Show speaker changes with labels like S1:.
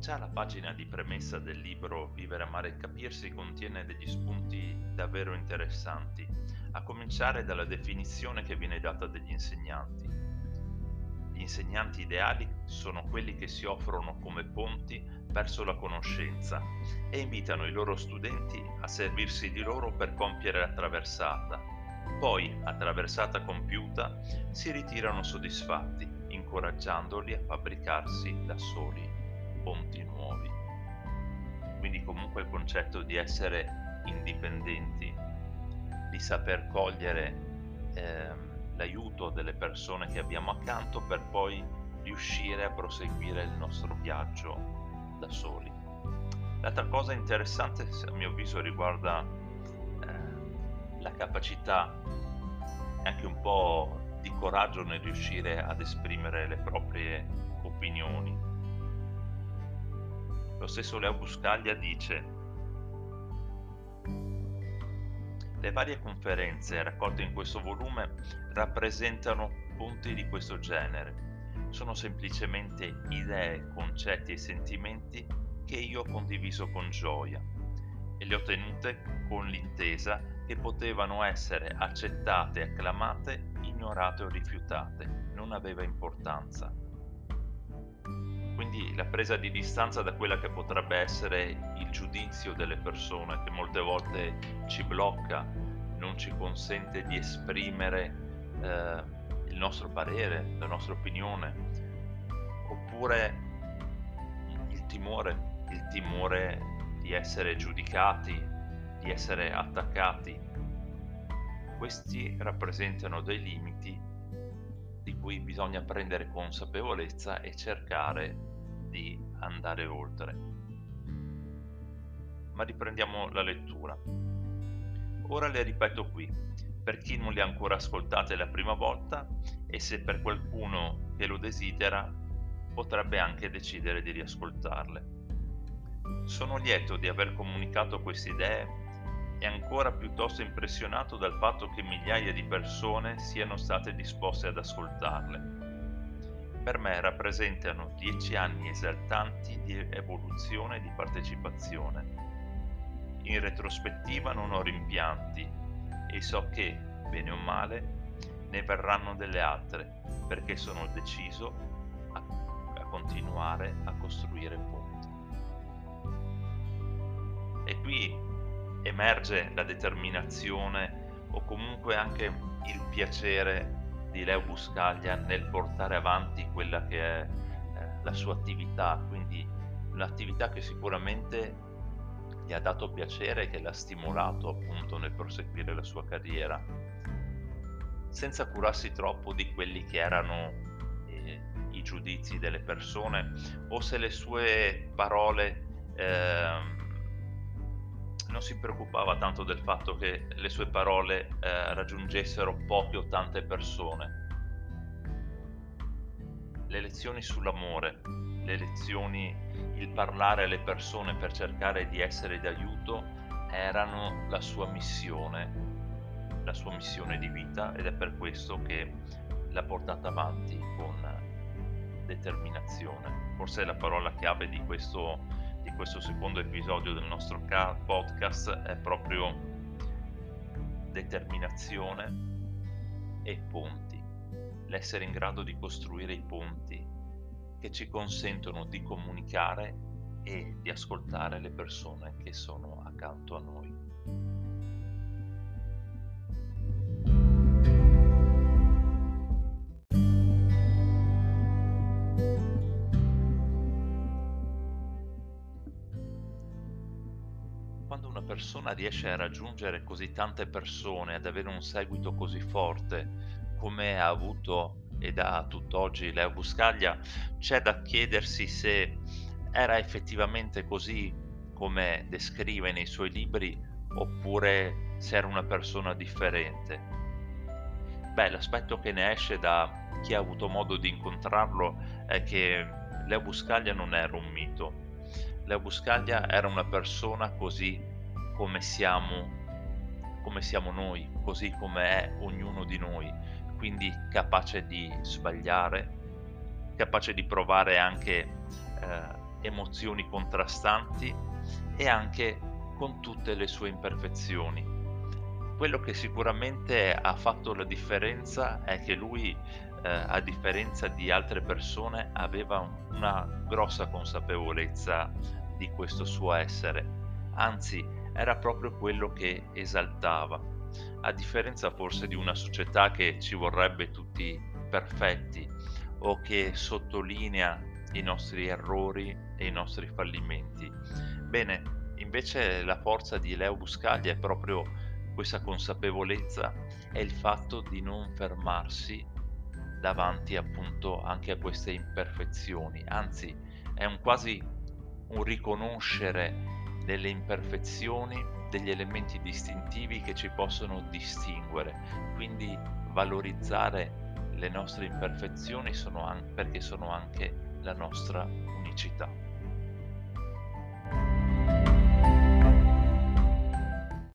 S1: Già la pagina di premessa del libro Vivere, amare e capirsi contiene degli spunti davvero interessanti, a cominciare dalla definizione che viene data dagli insegnanti. Gli insegnanti ideali sono quelli che si offrono come ponti verso la conoscenza e invitano i loro studenti a servirsi di loro per compiere la traversata. Poi, a traversata compiuta, si ritirano soddisfatti, incoraggiandoli a fabbricarsi da soli ponti nuovi. Quindi comunque il concetto di essere indipendenti, di saper cogliere l'aiuto delle persone che abbiamo accanto per poi riuscire a proseguire il nostro viaggio da soli. L'altra cosa interessante, a mio avviso, riguarda la capacità e anche un po' di coraggio nel riuscire ad esprimere le proprie opinioni. Lo stesso Leo Buscaglia dice: le varie conferenze raccolte in questo volume rappresentano punti di questo genere. Sono semplicemente idee, concetti e sentimenti che io ho condiviso con gioia e le ho tenute con l'intesa che potevano essere accettate, acclamate, ignorate o rifiutate. Non aveva importanza. Quindi la presa di distanza da quella che potrebbe essere il giudizio delle persone, che molte volte ci blocca, non ci consente di esprimere il nostro parere, la nostra opinione, oppure il timore di essere giudicati, di essere attaccati. Questi rappresentano dei limiti di cui bisogna prendere consapevolezza e cercare di andare oltre. Ma riprendiamo la lettura. Ora le ripeto qui, per chi non le ha ancora ascoltate la prima volta e se per qualcuno che lo desidera potrebbe anche decidere di riascoltarle. Sono lieto di aver comunicato queste idee e ancora piuttosto impressionato dal fatto che migliaia di persone siano state disposte ad ascoltarle. Per me rappresentano 10 anni esaltanti di evoluzione e di partecipazione. In retrospettiva non ho rimpianti e so che, bene o male, ne verranno delle altre, perché sono deciso a continuare a costruire ponti. E qui emerge la determinazione o comunque anche il piacere di Leo Buscaglia nel portare avanti quella che è la sua attività, quindi un'attività che sicuramente gli ha dato piacere e che l'ha stimolato appunto nel proseguire la sua carriera, senza curarsi troppo di quelli che erano i giudizi delle persone o se le sue parole non si preoccupava tanto del fatto che le sue parole raggiungessero poche o tante persone. Le lezioni sull'amore, le lezioni, il parlare alle persone per cercare di essere d'aiuto erano la sua missione di vita, ed è per questo che l'ha portata avanti con determinazione. Forse la parola chiave di questo secondo episodio del nostro podcast è proprio determinazione e ponti, l'essere in grado di costruire i ponti che ci consentono di comunicare e di ascoltare le persone che sono accanto a noi. Quando una persona riesce a raggiungere così tante persone, ad avere un seguito così forte come ha avuto ed ha tutt'oggi Leo Buscaglia, c'è da chiedersi se era effettivamente così come descrive nei suoi libri oppure se era una persona differente. Beh, l'aspetto che ne esce da chi ha avuto modo di incontrarlo è che Leo Buscaglia non era un mito. Leo Buscaglia era una persona così come siamo noi, così come è ognuno di noi, quindi capace di sbagliare, capace di provare anche emozioni contrastanti e anche con tutte le sue imperfezioni. Quello che sicuramente ha fatto la differenza è che lui, a differenza di altre persone, aveva una grossa consapevolezza di questo suo essere, anzi era proprio quello che esaltava. A differenza forse di una società che ci vorrebbe tutti perfetti o che sottolinea i nostri errori e i nostri fallimenti. Bene, invece la forza di Leo Buscaglia è proprio questa consapevolezza e il fatto di non fermarsi davanti appunto anche a queste imperfezioni, anzi è un quasi un riconoscere delle imperfezioni, degli elementi distintivi che ci possono distinguere, quindi valorizzare le nostre imperfezioni perché sono anche la nostra unicità.